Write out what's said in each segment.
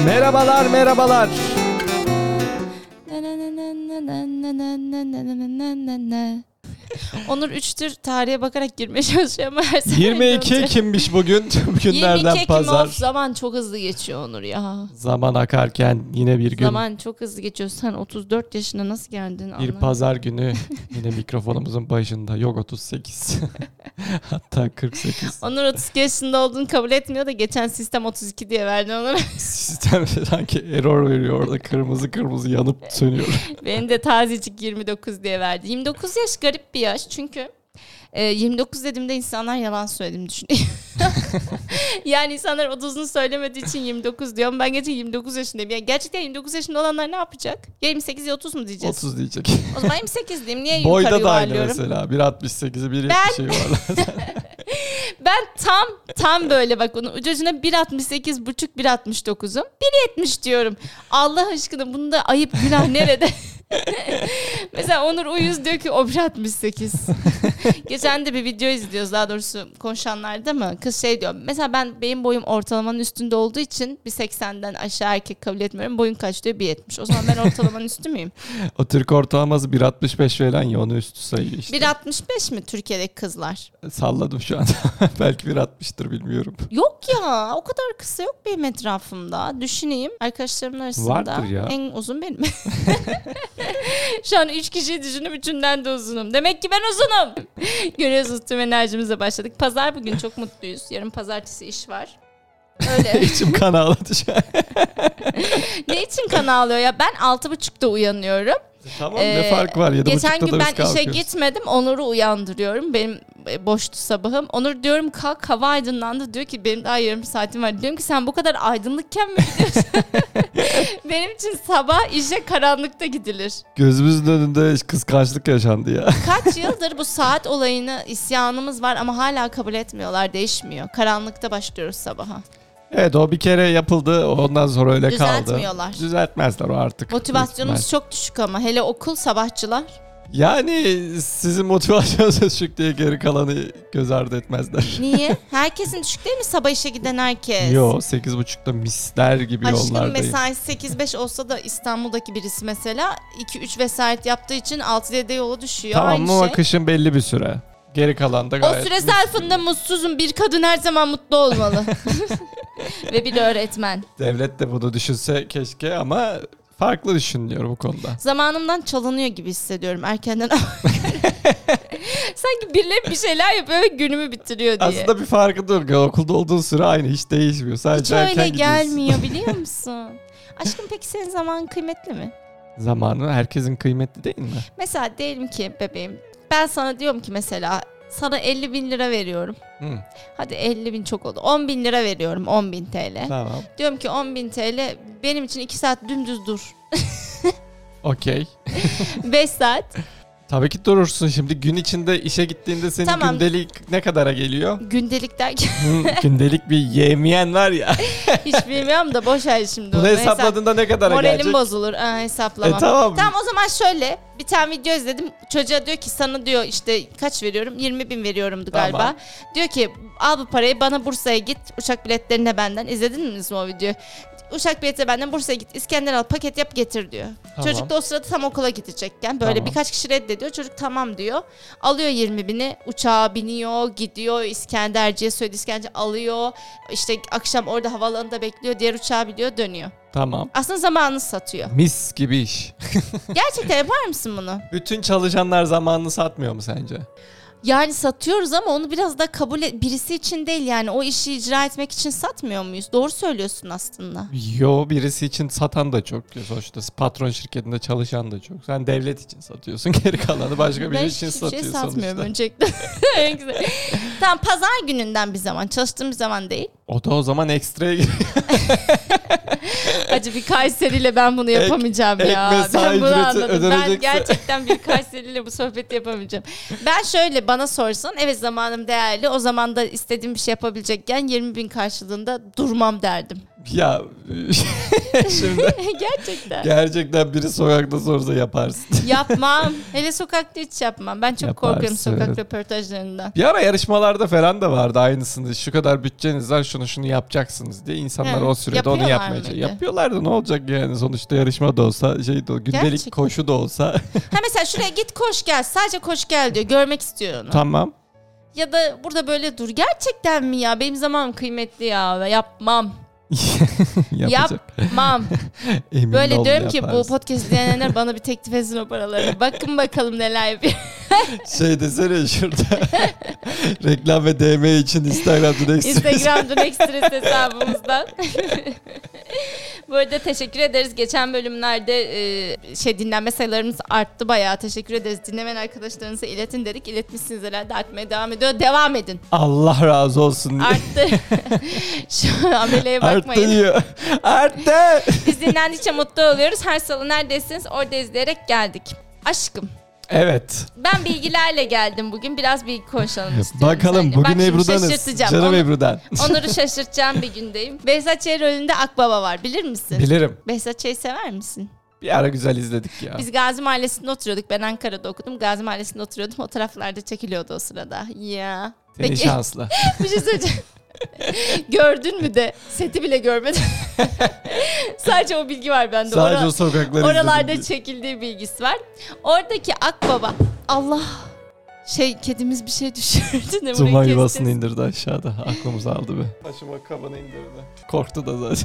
Merhabalar. Onur 3'tür tarihe bakarak girmeye çalışıyor ama her seferinde 22 Ekim'miş bugün. Bugünlerden 22 Ekim pazar. zaman çok hızlı geçiyor Onur ya. Zaman akarken yine bir gün. Zaman çok hızlı geçiyor. Sen 34 yaşına nasıl geldin? Bir anlamadım. pazar günü yine mikrofonumuzun başında. Yok 38. Hatta 48. Onur 32 yaşında olduğunu kabul etmiyor da geçen sistem 32 diye verdi Onur'a. Sistem sanki error veriyor orada. Kırmızı yanıp sönüyor. Benim de tazecik 29 diye verdi. 29 yaş garip bir yaş çünkü 29 dediğimde insanlar yalan söylediğimi düşünüyor. Yani insanlar 30'unu söylemediği için 29 diyorum. Ben gerçekten 29 yaşındayım. Yani gerçekten 29 yaşında olanlar ne yapacak? Ya 28 ya 30 mu diyeceğiz? 30 diyecek. O zaman 28 diyeyim. Niye Boyda yukarı da aynı yuvarlıyorum? mesela. 1.68'i 1.70'i var. Ben tam böyle bak onun ucuna 1.68,5 1.69'um. 1.70 diyorum. Allah aşkına bunda ayıp günah nerede? Mesela Onur Uyuz diyor ki o 1.68. Geçen de bir video izliyoruz, daha doğrusu konuşanlar değil mi? Kız şey diyor. Mesela benim boyum ortalamanın üstünde olduğu için 1.80'den aşağı erkek kabul etmiyorum. Boyun kaç diyor? 1.70. O zaman ben ortalamanın üstü müyüm? O Türk ortalaması 1.65 falan ya, onu üstü sayıyor işte. 1.65 mi Türkiye'deki kızlar? Salladım şu an. Belki 1.60'tır bilmiyorum. Yok ya, o kadar kısa yok benim etrafımda. Düşüneyim, arkadaşlarımın arasında Vardır ya. en uzun benim. Şu an 3 kişiyi düşünüp üçünden de uzunum. Demek ki ben uzunum. Görüyorsunuz, tüm enerjimize başladık. Pazar bugün, çok mutluyuz. Yarın pazartesi iş var. Öyle. İçim kan ağladı şu an. Ne için kan ağlıyor ya? Ben 6.30'da uyanıyorum. Tamam, ne fark var? 7.30'da Geçen gün da biz ben işe kalkıyoruz. gitmedim. Onur'u uyandırıyorum. Benim boştu sabahım. Onur diyorum kalk, hava aydınlandı. Diyor ki benim daha yarım saatim var. Diyorum ki sen bu kadar aydınlıkken mi gidiyorsun? Benim için sabah işe karanlıkta gidilir. Gözümüzün önünde kıskançlık yaşandı ya. Kaç yıldır bu saat olayını isyanımız var ama hala kabul etmiyorlar, değişmiyor. Karanlıkta başlıyoruz sabaha. Evet, o bir kere yapıldı, ondan sonra öyle kaldı. Düzeltmiyorlar. Düzeltmezler o artık. Motivasyonumuz çok düşük ama hele okul, sabahçılar. Yani sizin motivasyonunuz düşük diye geri kalanı göz ardı etmezler. Niye? Herkesin düşük değil mi sabah işe giden herkes? Yo, 8.30'da misler gibi Aşkım yollardayım. mesaisi 8-5 olsa da İstanbul'daki birisi mesela 2-3 vesayet yaptığı için 6-7'de yola düşüyor. Tamam, aynı ama şey. kışın belli bir süre. Geri kalan da O gayet... süre zarfında mutsuzum. Bir kadın her zaman mutlu olmalı. Ve bir öğretmen. Devlet de bunu düşünse keşke ama farklı düşünüyor bu konuda. Zamanımdan çalınıyor gibi hissediyorum erkenden. Sanki birileri bir şeyler yapıyor ve günümü bitiriyor diye. Aslında bir farkı yok. Okulda olduğun süre aynı, hiç değişmiyor. Sadece Hiç erken öyle gidiyorsun. gelmiyor biliyor musun? Aşkım peki senin zamanın kıymetli mi? Zamanı herkesin kıymetli değil mi? Mesela diyelim ki bebeğim, ben sana diyorum ki mesela sana 50.000 lira veriyorum. Hı, Hadi 50.000 çok oldu. 10.000 lira veriyorum, 10.000 TL. tamam. Diyorum ki 10.000 TL benim için 2 saat dümdüz dur. Okey. 5 saat. Tabii ki durursun. Şimdi gün içinde işe gittiğinde senin Tamam. gündelik ne kadara geliyor? Gündelik derken Gündelik bir yemeyen var ya. hiç bilmiyorum da boş ver şimdi. Bunu onu. hesapladığında ne kadara Moralim gelecek? bozulur. Hesaplamam. Tamam. Tamam, o zaman şöyle bir tane video izledim. Çocuğa diyor ki sana diyor işte kaç veriyorum? 20.000 veriyorumdu galiba. Tamam. Diyor ki al bu parayı, bana Bursa'ya git. Uçak biletlerini de benden. İzlediniz mi o videoyu? Uçak bileti benden, Bursa'ya git. İskender al, paket yap, getir diyor. Tamam. Çocuk da o sırada tam okula gidecekken böyle Tamam. birkaç kişi reddediyor. Çocuk tamam diyor. Alıyor 20.000'i, uçağa biniyor, gidiyor İskenderci'ye, söyledi İskender alıyor. İşte akşam orada havaalanında bekliyor. Diğer uçağa biliyor, dönüyor. Tamam. Aslında zamanını satıyor. Mis gibi iş. Gerçekten yapar mısın bunu? Bütün çalışanlar zamanını satmıyor mu sence? Yani satıyoruz ama onu biraz da kabul et, birisi için değil yani o işi icra etmek için satmıyor muyuz? Doğru söylüyorsun aslında. Yo, birisi için satan da çok. Sonuçta patron şirketinde çalışan da çok. Sen devlet için satıyorsun. Geri kalanı başka bir Ben için hiçbir şey satıyor satmıyorum sonuçta. öncelikle. En güzel. Tamam, pazar gününden bir zaman, çalıştığım bir zaman değil. O da o zaman ekstraya giriyor. Hacı, bir Kayseri'yle ben bunu yapamayacağım ya. mesai Ben bunu ücreti anladım. Ben ödenecekse. gerçekten bir Kayseri'yle bu sohbeti yapamayacağım. Ben şöyle, bana sorsan evet zamanım değerli. O zaman da istediğim bir şey yapabilecekken 20.000 karşılığında durmam derdim. Ya şimdi gerçekten biri sokakta sorsa yaparsın. Yapmam. Hele sokakta hiç yapmam. Ben çok Yaparsın, korkuyorum sokak evet. röportajlarından. Bir ara yarışmalarda falan da vardı aynısını. Şu kadar bütçeniz var, şunu yapacaksınız diye insanlar Evet. o sürede onu Yapıyorlar yapmaya çalışıyor. mıydı? Yapıyorlar da ne olacak yani, sonuçta yarışma da olsa şey de, gündelik Gerçekten. koşu da olsa. Ha mesela şuraya git koş gel. Sadece koş gel diyor. Görmek istiyor onu. Tamam. Ya da burada böyle dur. Gerçekten mi ya? Benim zamanım kıymetli ya. Yapmam. Yapacak. Yapmam. Emin Böyle ol, diyorum ki bu yaparsın. podcast dinleyenler bana bir teklif etsin o paraları. Bakın bakalım neler yapıyor. Şey desene şurada. Reklam ve DM için Instagram'da Instagram'da Express hesabımızdan. Bu arada teşekkür ederiz. Geçen bölümlerde dinlenme sayılarımız arttı bayağı. Teşekkür ederiz. Dinlemeyen arkadaşlarınıza iletin dedik. İletmişsiniz herhalde. Artmaya devam ediyor. Devam edin. Allah razı olsun. Arttı. Şu ameleye bakmayın. Arttı diyor. Arttı. Biz dinlendikçe mutlu oluyoruz. Her salı neredesiniz? Orada izleyerek geldik. Aşkım. Evet. Ben bilgilerle geldim bugün. Biraz bilgi konuşalım istiyorum. Bakalım seninle. bugün Bak şimdi Ebru'danız. şaşırtacağım. Canım Ebru'dan. Onur'u şaşırtacağım bir gündeyim. Behzat Ç. rolünde Akbaba var. Bilir misin? Bilirim. Behzat Ç'yi sever misin? Bir ara güzel izledik ya. Biz Gazi Mahallesi'nde oturuyorduk. Ben Ankara'da okudum. Gazi Mahallesi'nde oturuyordum. O taraflarda çekiliyordu o sırada. Ya. Seni Peki şanslı. bir şey söyleyeceğim. Gördün mü de seti bile görmedim. Sadece o bilgi var bende. Sadece o sokakları Oralarda izledim. çekildiği bilgisi var. Oradaki Akbaba. Allah. Kedimiz bir şey düşürdü. Ne Zuma burayı yuvasını keseceğiz. indirdi aşağıda. Aklımız aldı be. Başıma kabanı indirdi. Korktu da zaten.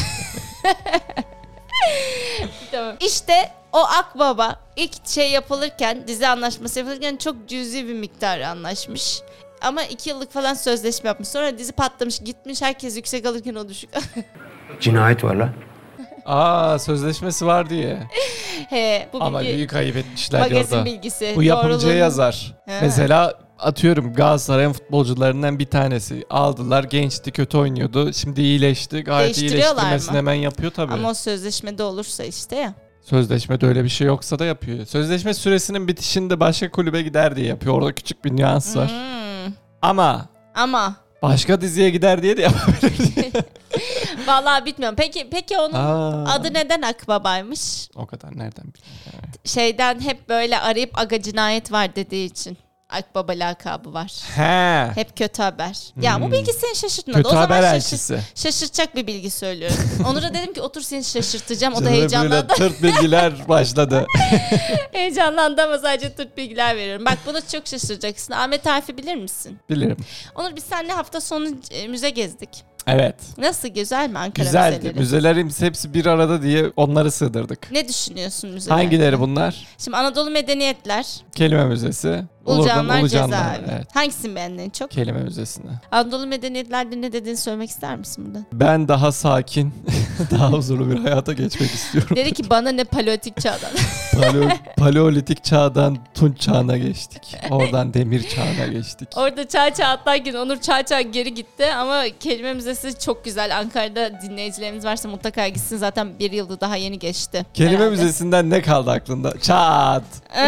Tamam. İşte o Akbaba ilk yapılırken, dizi anlaşması yapılırken çok cüzi bir miktar anlaşmış. Ama 2 yıllık falan sözleşme yapmış. Sonra dizi patlamış gitmiş. Herkes yüksek alırken o düşük. Cinayet var lan. Sözleşmesi var diye. Bu Ama bilgi büyük ayıp etmişler magazin orada. bilgisi. Bu yapımcıya Doğruluğunu- yazar. He. Mesela atıyorum Galatasaray'ın futbolcularından bir tanesi. Aldılar, gençti, kötü oynuyordu. Şimdi iyileşti. Gayet Değiştiriyorlar iyileştirmesini mı? hemen yapıyor tabii. Ama o sözleşmede olursa işte ya. Sözleşmede öyle bir şey yoksa da yapıyor. Sözleşme süresinin bitişinde başka kulübe gider diye yapıyor. Orada küçük bir nüans var. Ama başka diziye gider diye de yapabilir. Vallahi bitmiyorum. Peki onun Aa, adı neden Akbaba'ymış? o kadar nereden bileyim. Şeyden hep böyle arayıp aga cinayet var dediği için Akbaba lakabı var. He. Hep kötü haber. Ya bu bilgi seni şaşırtmadı. Kötü O zaman haber elçisi. şaşırtacak bir bilgi söylüyorum. Onur'a dedim ki otur seni şaşırtacağım. O da Canım böyle heyecanlandı. tırt bilgiler başladı. Heyecanlandı ama sadece tırt bilgiler veriyorum. Bak bunu çok şaşıracaksın. Ahmet Arif'i bilir misin? Bilirim. Onur biz seninle hafta sonu müze gezdik. Evet. Nasıl, güzel mi Ankara Güzeldi. müzeleri? Müzelerimiz hepsi bir arada diye onları sığdırdık. Ne düşünüyorsun müzelerde? Hangileri bunlar? Şimdi Anadolu Medeniyetler, Kelime Müzesi. Ulucanlar, Ulucanlar. Cezaevi. Evet. Hangisini beğendin en çok? Kelime Müzesi'ne. Anadolu Medeniyetlerde ne dediğini söylemek ister misin burada? Ben daha sakin, daha huzurlu bir hayata geçmek istiyorum. Dedi ki bana ne paleolitik çağdan. Paleolitik çağdan Tunç çağına geçtik. Oradan demir çağına geçtik. Orada çağ atlarken Onur çağ geri gitti ama kelime müzesi çok güzel. Ankara'da dinleyicilerimiz varsa mutlaka gitsin. Zaten bir yılda daha yeni geçti. Kelime herhalde. Müzesi'nden ne kaldı aklında? Çağat.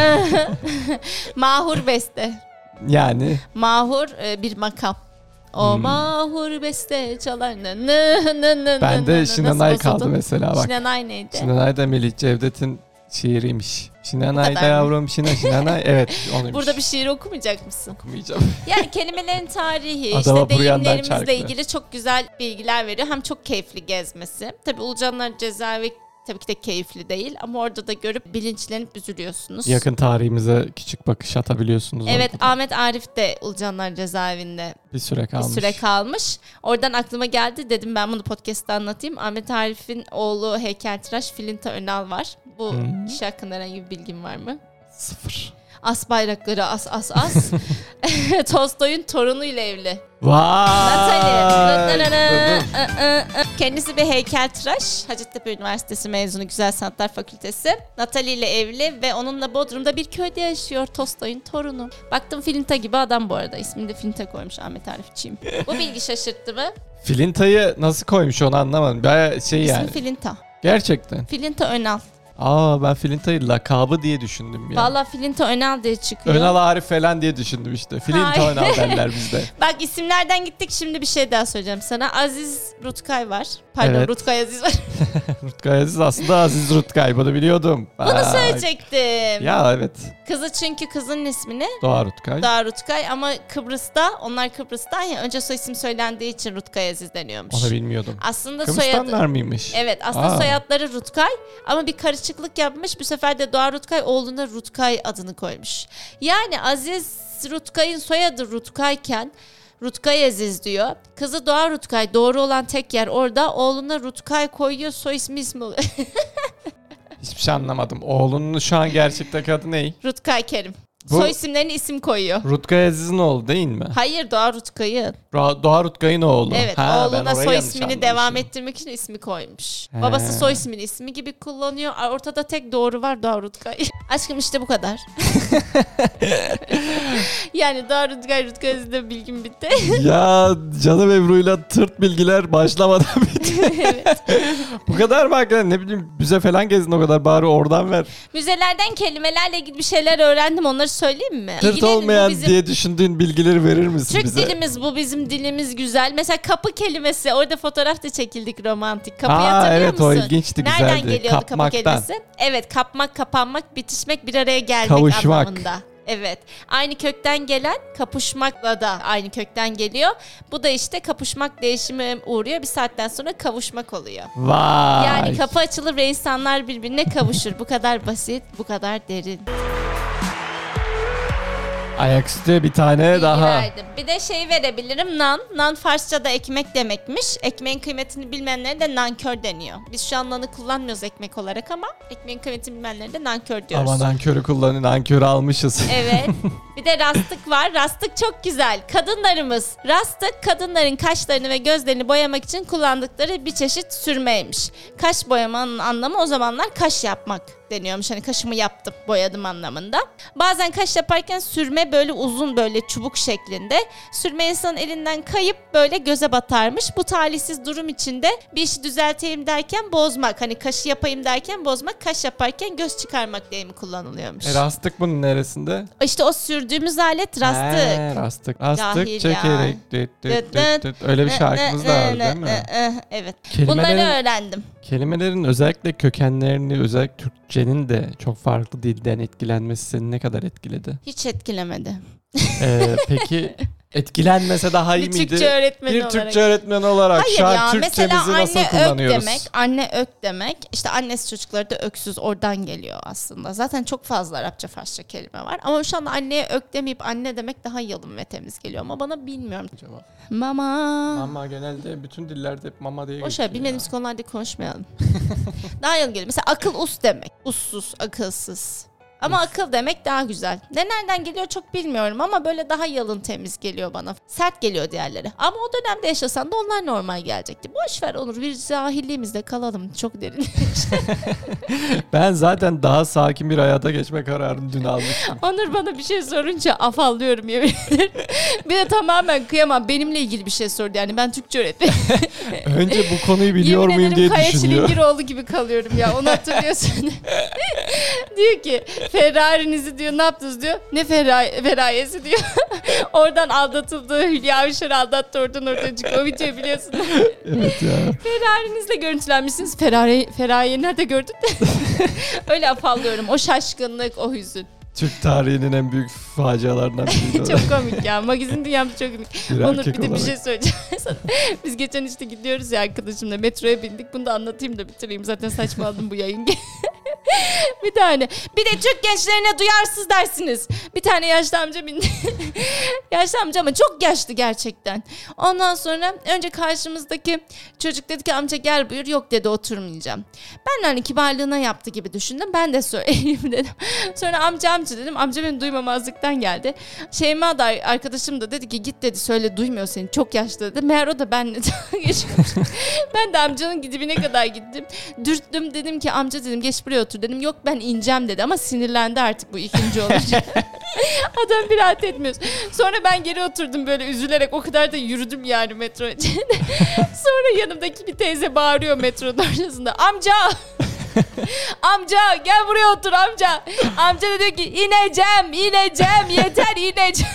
Mahur beste. Yani Mahur bir makam. O mahur beste çalar. bende Şinanay kaldı mesela bak. Şinanay neydi? Şinanay da Melih Cevdet'in şiiriymiş. Şinanay Bu da kadar mı? yavrum Şinanay. Evet onuymuş. Burada bir şiir okumayacak mısın? okumayacağım. Yani kelimelerin tarihi, Adama işte Buryan'dan deyimlerimizle çarkı. ilgili çok güzel bilgiler veriyor. Hem çok keyifli gezmesi. Tabii Ulucanlar Cezaevi tabii ki de keyifli değil ama orada da görüp bilinçlenip üzülüyorsunuz. Yakın tarihimize küçük bakış atabiliyorsunuz. Evet, orada da. Ahmet Arif de Ulucanlar Cezaevinde Bir süre kalmış. bir süre kalmış. Oradan aklıma geldi, dedim ben bunu podcast'ta anlatayım. Ahmet Arif'in oğlu heykeltıraş Filinta Önal var. Bu kişi hakkında herhangi bir bilgin var mı? Sıfır. As bayrakları as. Tolstoy'un torunuyla evli. Vay. Kendisi bir heykeltıraş. Hacettepe Üniversitesi mezunu, Güzel Sanatlar Fakültesi. Natalie ile evli ve onunla Bodrum'da bir köyde yaşıyor. Tolstoy'un torunu. Baktım Filinta gibi adam bu arada. İsmini de Filinta koymuş Ahmet Arifçiyim. Bu bilgi şaşırttı mı? Filinta'yı nasıl koymuş onu anlamadım. Bayağı şey İsmi yani. Filinta. Gerçekten. Filinta Önal. Ben Flinta'yı lakabı diye düşündüm ya. Valla Flinta Önal diye çıkıyor. Önal Arif falan diye düşündüm işte. Flinta Önal derler bizde. Bak isimlerden gittik, şimdi bir şey daha söyleyeceğim sana. Aziz Rutkay var. Pardon, Evet. Rutkay Aziz var. Rutkay Aziz aslında Aziz Rutkay. Bunu biliyordum. Bunu söyleyecektim. Ya evet. Kızı, çünkü kızın ismini Doğa Rutkay. Doğa Rutkay, ama onlar Kıbrıs'tan ya, önce soy isim söylendiği için Rutkay Aziz deniyormuş. Onu bilmiyordum. Aslında Kıbrıs'tanlar mıymış? Evet, aslında soyadları Rutkay ama bir karışıklık yapmış. Bu sefer de Doğa Rutkay oğluna Rutkay adını koymuş. Yani Aziz Rutkay'ın soyadı Rutkayken Rutkay Aziz diyor. Kızı Doğa Rutkay, doğru olan tek yer orada. Oğluna Rutkay koyuyor, soy ismi oluyor. Hiçbir şey anlamadım. Oğlunun şu an gerçekteki adı ne? Rutkay Kerim. Bu- Soy isimlerini isim koyuyor. Rutkay Aziz'in oğlu değil mi? Hayır, Doğa Rutkay'ın. Doğa Rutkay'ın oğlu. Evet, Ben oğluna orayı soy yanlış ismini devam anlamışım. ettirmek için ismi koymuş. He. Babası soy ismini ismi gibi kullanıyor. Ortada tek doğru var, Doğa Rutkay. Aşkım işte bu kadar. Yani Doğa Rutkay Aziz'de bilgim bitti. Ya canım Ebru'yla tırt bilgiler başlamadan bitti. Evet. Bu kadar bak, ne bileyim, müze falan gezdin o kadar, bari oradan ver. Müzelerden kelimelerle ilgili bir şeyler öğrendim, onları söyleyeyim mi? Tırt İlgilenin, bu olmayan bizim diye düşündüğün bilgileri verir misin Türk bize? dilimiz, bu bizim dilimiz güzel. Mesela kapı kelimesi, orada fotoğraf da çekildik romantik. Kapıyı Aa, hatırlıyor evet, musun? o ilginçti, Nereden güzeldi. geliyordu kapı Kapmaktan. kelimesi? Evet, kapmak, kapanmak, bitişmek, bir araya gelmek Kavuşmak. anlamında. Evet. Aynı kökten gelen, kapışmakla da aynı kökten geliyor. Bu da işte kapışmak değişime uğruyor. Bir saatten sonra kavuşmak oluyor. Vay. Yani kapı açılır ve insanlar birbirine kavuşur. Bu kadar basit, bu kadar derin. Ayaküstü bir tane Bilgi daha. verdim. Bir de şey verebilirim, nan. Nan Farsça'da ekmek demekmiş. Ekmeğin kıymetini bilmeyenlere de nankör deniyor. Biz şu an nanı kullanmıyoruz ekmek olarak ama ekmeğin kıymetini bilmeyenlere de nankör diyoruz. Ama nankörü kullanın, nankörü almışız. Evet. Bir de rastık var. Rastık çok güzel. Kadınlarımız. Rastık, kadınların kaşlarını ve gözlerini boyamak için kullandıkları bir çeşit sürmeymiş. Kaş boyamanın anlamı o zamanlar kaş yapmak deniyormuş. Hani kaşımı yaptım, boyadım anlamında. Bazen kaş yaparken sürme böyle uzun, böyle çubuk şeklinde. Sürme insanın elinden kayıp böyle göze batarmış. Bu talihsiz durum içinde bir işi düzelteyim derken bozmak. Hani kaşı yapayım derken bozmak, kaş yaparken göz çıkarmak deyimi kullanılıyormuş. Rastık bunun neresinde? İşte o sürdüğümüz alet rastık. Rastık. Rastık Cahil ya. çekerek. Düt. Öyle bir şarkımız da var değil mi? Evet. Kelimelerin- Bunları öğrendim. Kelimelerin özellikle kökenlerini, özellikle Türkçenin de çok farklı dilden etkilenmesi seni ne kadar etkiledi? Hiç etkilemedi. Peki etkilenmese daha iyi Bir miydi? Türkçe öğretmeni Bir olarak. Türkçe öğretmeni olarak Hayır şu an ya, mesela Türkçemizi nasıl anne ök kullanıyoruz? demek, anne ök demek. İşte annesi çocukları da öksüz, oradan geliyor aslında. Zaten çok fazla Arapça, Farsça kelime var. Ama şu anda anneye ök demeyip anne demek daha yalın ve temiz geliyor. Ama bana bilmiyorum. Acaba? Mama. Mama genelde bütün dillerde hep mama diye Boş ver, geçiyor. bilmediğimiz konularda konuşmayalım. Daha yalın geliyor. Mesela akıl us demek. Ussuz, akılsız. Ama akıl demek daha güzel. Nereden geliyor çok bilmiyorum ama böyle daha yalın, temiz geliyor bana. Sert geliyor diğerleri. Ama o dönemde yaşasan da onlar normal gelecekti. Boş ver Onur, bir cahilliğimizde kalalım. Çok derin. Ben zaten daha sakin bir hayata geçme kararını dün almıştım. Onur bana bir şey sorunca afallıyorum yemin ederim. Bir de tamamen kıyamam. Benimle ilgili bir şey sordu yani. Ben Türkçe öğretmenim. Önce bu konuyu biliyor Yemin muyum ederim diye Kaya düşünüyor. Çilingiroğlu gibi kalıyorum ya. Onu hatırlıyorsun. Diyor ki Ferrari'nizi diyor ne yaptınız diyor. Ne Ferrari'si diyor. Oradan aldatıldı. Hülya Avşar aldattı, oradan ortaya çıktı. O videoyu biliyorsun. Evet ya. Ferrari'nizle görüntülenmişsiniz. Ferrari'yi nerede gördün? Öyle afallıyorum. O şaşkınlık, o hüzün. Türk tarihinin en büyük facialarından biri. o. Çok komik ya. Magazin dünyamda çok komik. Bir Onur erkek bir de bir olarak. şey söyleyeceğim sana. Biz geçen işte gidiyoruz ya arkadaşımla. Metroya bindik. Bunu da anlatayım da bitireyim. Zaten saçmaladım bu yayın. Bir tane. Bir de Türk gençlerine duyarsız dersiniz. Bir tane yaşlı amca bindi. Yaşlı amca ama çok yaşlı gerçekten. Ondan sonra önce karşımızdaki çocuk dedi ki amca gel buyur. Yok dedi, oturmayacağım. Ben de hani kibarlığına yaptı gibi düşündüm. Ben de söyleyeyim dedim. Sonra amca dedim. Amca beni duymamazlıktan geldi. Şeyma da arkadaşım da dedi ki git dedi, söyle duymuyor seni. Çok yaşlı dedi. Meğer o da benle geçiyormuş. Ben de amcanın dibine kadar gittim. Dürttüm, dedim ki amca dedim geç buraya otur dedim. Yok ben ineceğim dedi ama sinirlendi artık bu ikinci olunca. Adam bir rahat etmiyor. Sonra ben geri oturdum böyle üzülerek, o kadar da yürüdüm yani metro içinde. Sonra yanımdaki bir teyze bağırıyor metronun ortasında. Amca! Amca gel buraya otur amca. Amca da diyor ki ineceğim yeter ineceğim.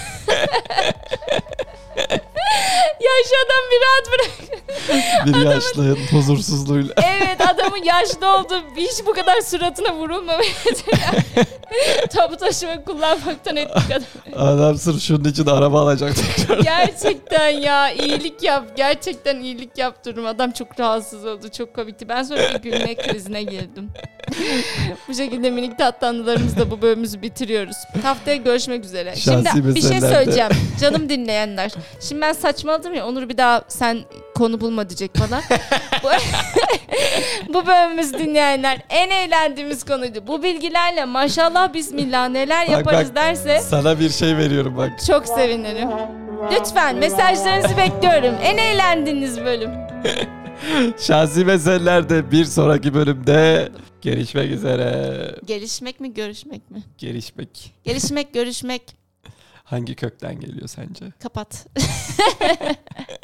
Yaşlı adam bir rahat bırak. Bir yaşlının huzursuzluğuyla. Evet, adamın yaşlı olduğu, hiç bu kadar suratına vurulmamış. Tabu taşıma kullanmaktan ettik adam. Adam sırf şunun için araba alacak tekrar. Gerçekten ya, iyilik yap. Gerçekten iyilik yap durum. Adam çok rahatsız oldu. Çok komikti. Ben sonra bir gülme krizine girdim. Bu şekilde minik tatlı anılarımızla bu bölümümüzü bitiriyoruz. Haftaya görüşmek üzere. Şahsi Şimdi bir şey meselelerde. söyleyeceğim. Canım dinleyenler. Şimdi ben saçmaladım ya. Onur bir daha sen konu bulma diyecek bana. Bu bölümümüzü dinleyenler, en eğlendiğimiz konuydu. Bu bilgilerle maşallah bismillah neler yaparız derse Sana bir şey veriyorum bak. çok sevinirim. Lütfen mesajlarınızı bekliyorum. En eğlendiğiniz bölüm. Şahsi meselelerde bir sonraki bölümde görüşmek üzere. Gelişmek mi, görüşmek mi? Gelişmek. Gelişmek, görüşmek. Hangi kökten geliyor sence? Kapat.